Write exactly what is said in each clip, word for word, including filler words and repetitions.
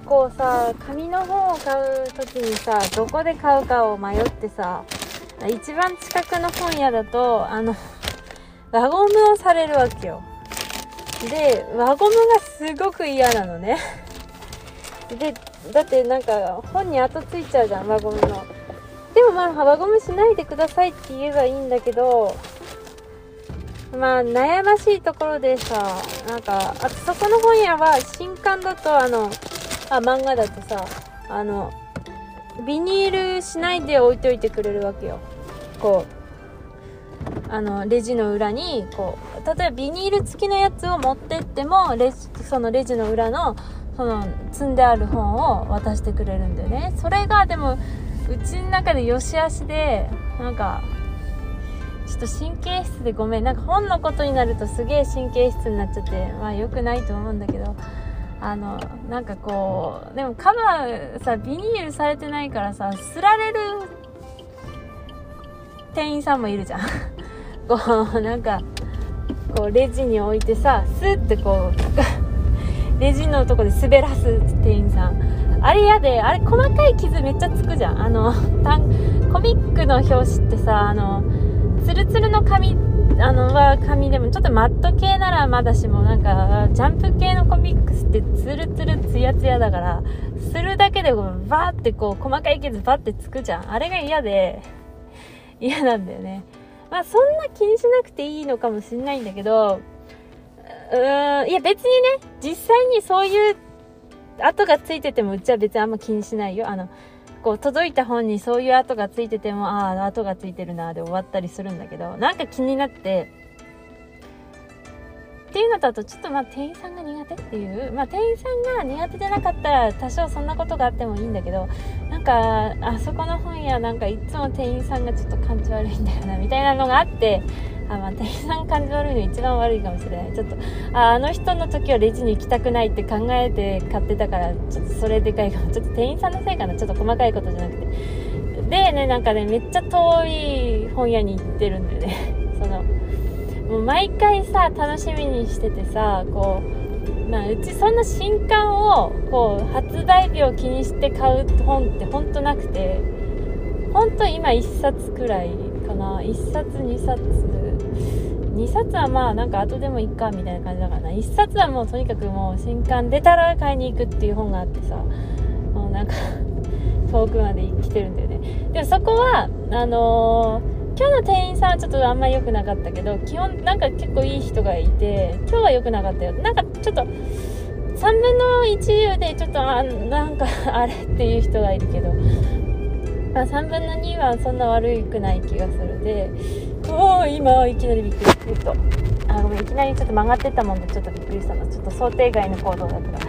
こうさ、紙の本を買う時にさ、どこで買うかを迷ってさ、一番近くの本屋だとあの輪ゴムをされるわけよ。で輪ゴムがすごく嫌なのね。でだってなんか本に跡ついちゃうじゃん、輪ゴムの。でもまあ輪ゴムしないでくださいって言えばいいんだけど、まあ悩ましいところでさ、なんかあとそこの本屋は新刊だとあのあ漫画だとさ、あのビニールしないで置いといてくれるわけよ。こうあのレジの裏にこう、例えばビニール付きのやつを持ってってもレジそのレジの裏のその積んである本を渡してくれるんだよね。それがでもうちの中で良し悪しで、なんかちょっと神経質でごめん。なんか本のことになるとすげえ神経質になっちゃって、まあ良くないと思うんだけど、あのなんかこうでもカバーさビニールされてないからさ、すられる店員さんもいるじゃん。こうなんかこうレジに置いてさ、スッてこうレジのとこで滑らす店員さん、あれやで、あれ細かい傷めっちゃつくじゃん。あのコミックの表紙ってさ、あのツルツルの紙あのは紙でもちょっとマット系ならまだしも、なんかジャンプ系のコミックスってツルツルツヤツヤだから、するだけでこうバーってこう細かい傷バーってつくじゃん。あれが嫌で嫌なんだよね。まあそんな気にしなくていいのかもしれないんだけど、うーんいや別にね、実際にそういう跡がついててもうちは別にあんま気にしないよ。あのこう届いた本にそういう跡がついてても、ああ跡がついてるなで終わったりするんだけど、なんか気になってっていうのと、あとちょっとまあ店員さんが苦手っていう、まあ店員さんが苦手じゃなかったら多少そんなことがあってもいいんだけど、なんかあそこの本屋なんかいつも店員さんがちょっと感じ悪いんだよなみたいなのがあって、あ、まあ、店員さん感じ悪いの一番悪いかもしれない。ちょっと あ, あの人の時はレジに行きたくないって考えて買ってたから、ちょっとそれでかいかも。ちょっと店員さんのせいかな、ちょっと細かいことじゃなくて。でね、なんかねめっちゃ遠い本屋に行ってるんだよね。そのもう毎回さ楽しみにしててさ、こう、まあ、うちそんな新刊をこう発売日を気にして買う本ってほんとなくて、ほんと今いっさつくらいかな。いっさつにさつにさつはまあなんか後でもいいかみたいな感じだからな。いっさつはもうとにかくもう新刊出たら買いに行くっていう本があってさ、もうなんか遠くまで来てるんだよね。でもそこはあのー今日の店員さんはちょっとあんま良くなかったけど、基本なんか結構いい人がいて、今日は良くなかったよ。なんかちょっとさんぶんのいちでちょっとあなんかあれっていう人がいるけど、まあ、さんぶんのにはそんな悪くない気がする。で、おー今いきなりびっくりすると、あごめん、いきなりちょっと曲がってったもんでちょっとびっくりしたの。ちょっと想定外の行動だったから。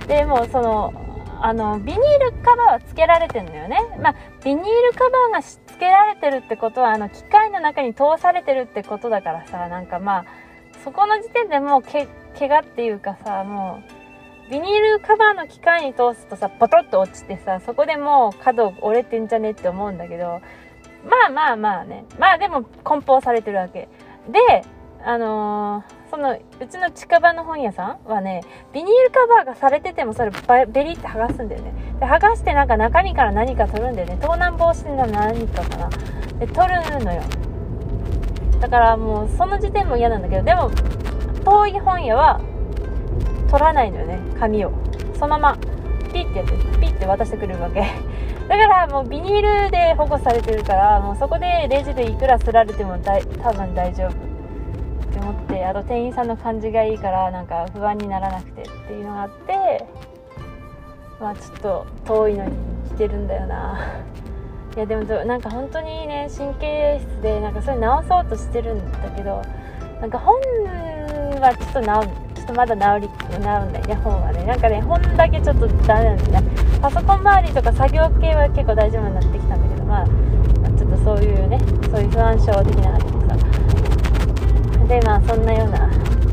でもそのあのビニールカバーはつけられてるんだよね。まあビニールカバーがつけられてるってことは、あの機械の中に通されてるってことだからさ、なんかまあそこの時点でもうけ怪我っていうかさ、もうビニールカバーの機械に通すとさポトッと落ちてさ、そこでもう角折れてんじゃねって思うんだけど、まあまあまあね、まあでも梱包されてるわけで、あのーそのうちの近場の本屋さんはね、ビニールカバーがされててもそれベリって剥がすんだよね。で剥がしてなんか中身から何か取るんだよね。盗難防止の何かかなで取るのよ。だからもうその時点も嫌なんだけど、でも遠い本屋は取らないのよね、紙を。そのままピッてやってピッて渡してくれるわけ。だからもうビニールで保護されてるから、もうそこでレジでいくらすられてもだい多分大丈夫って思って、あと店員さんの感じがいいからなんか不安にならなくてっていうのがあって、まあちょっと遠いのに来てるんだよな。いやでもなんか本当にね神経質で、なんかそれ直そうとしてるんだけど、なんか本はちょっと直るちょっとまだ直り直るんだよね。本はね、なんかね本だけちょっとダメなんだよね。パソコン周りとか作業系は結構大丈夫になってきたんだけど、まあちょっとそういうね、そういう不安症的なのでさ、でまあそんなような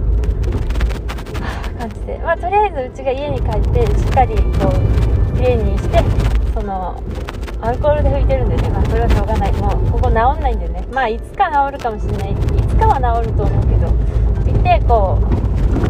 感じで、まあとりあえずうちが家に帰ってしっかりこうきれいにして、そのアルコールで拭いてるんでね、まあそれはしょうがない。もうここ治んないんだよね。まあいつか治るかもしれない、いつかは治ると思うけど、拭いてこう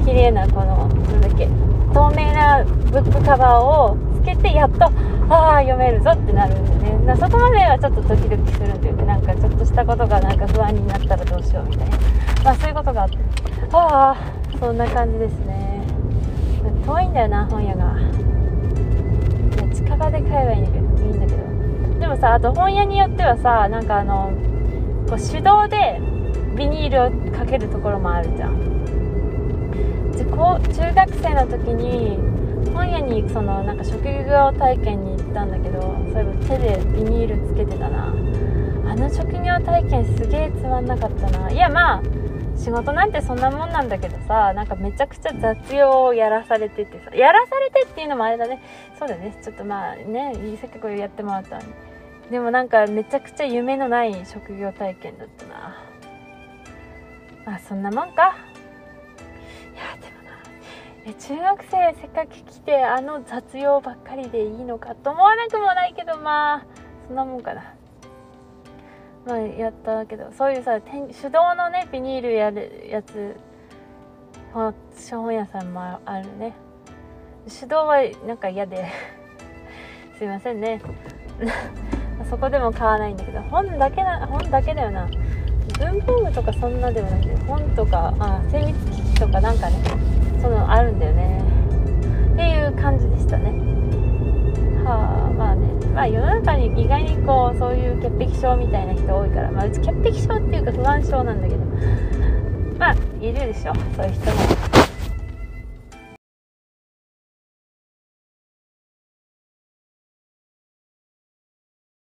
綺麗なこのなんだっけ透明なブックカバーをつけてやっとああ読めるぞってなるんでね。そこまではちょっとドキドキするんだよね。なんかちょっとしたことがなんか不安になったらどうしようみたいな、まあそういうことがあって、ああそんな感じですね。遠いんだよな本屋が。いや近場で買えばいいんだけどいいんだけどでもさ、あと本屋によってはさ、なんかあのこう手動でビニールをかけるところもあるじゃん。でこう中学生の時に本屋にそのなんか職業体験に行ったんだけど、そういえば手でビニールつけてたな。あの職業体験すげえつまんなかったな。いやまあ仕事なんてそんなもんなんだけどさ、なんかめちゃくちゃ雑用をやらされててさ、やらされてっていうのもあれだね。そうだね、ちょっとまあね、せっかくやってもらったのに。でもなんかめちゃくちゃ夢のない職業体験だったな。まあそんなもんか。いやでもな、え中学生せっかく来てあの雑用ばっかりでいいのかと思わなくもないけど、まあそんなもんかな。まあやったけど、そういうさ手動のねビニールやるやつ本屋さんもあるね。手動はなんか嫌ですいませんねそこでも買わないんだけど、本だけな本だけだよな。文房具とかそんなでもないんだよ。本とかあ精密機器とかなんかね、そのあるんだよねっていう感じでしたね。はあ、まあね、まあ世の中に意外にこうそういう潔癖症みたいな人多いから、まあうち潔癖症っていうか不安症なんだけど、まあいるでしょそういう人も。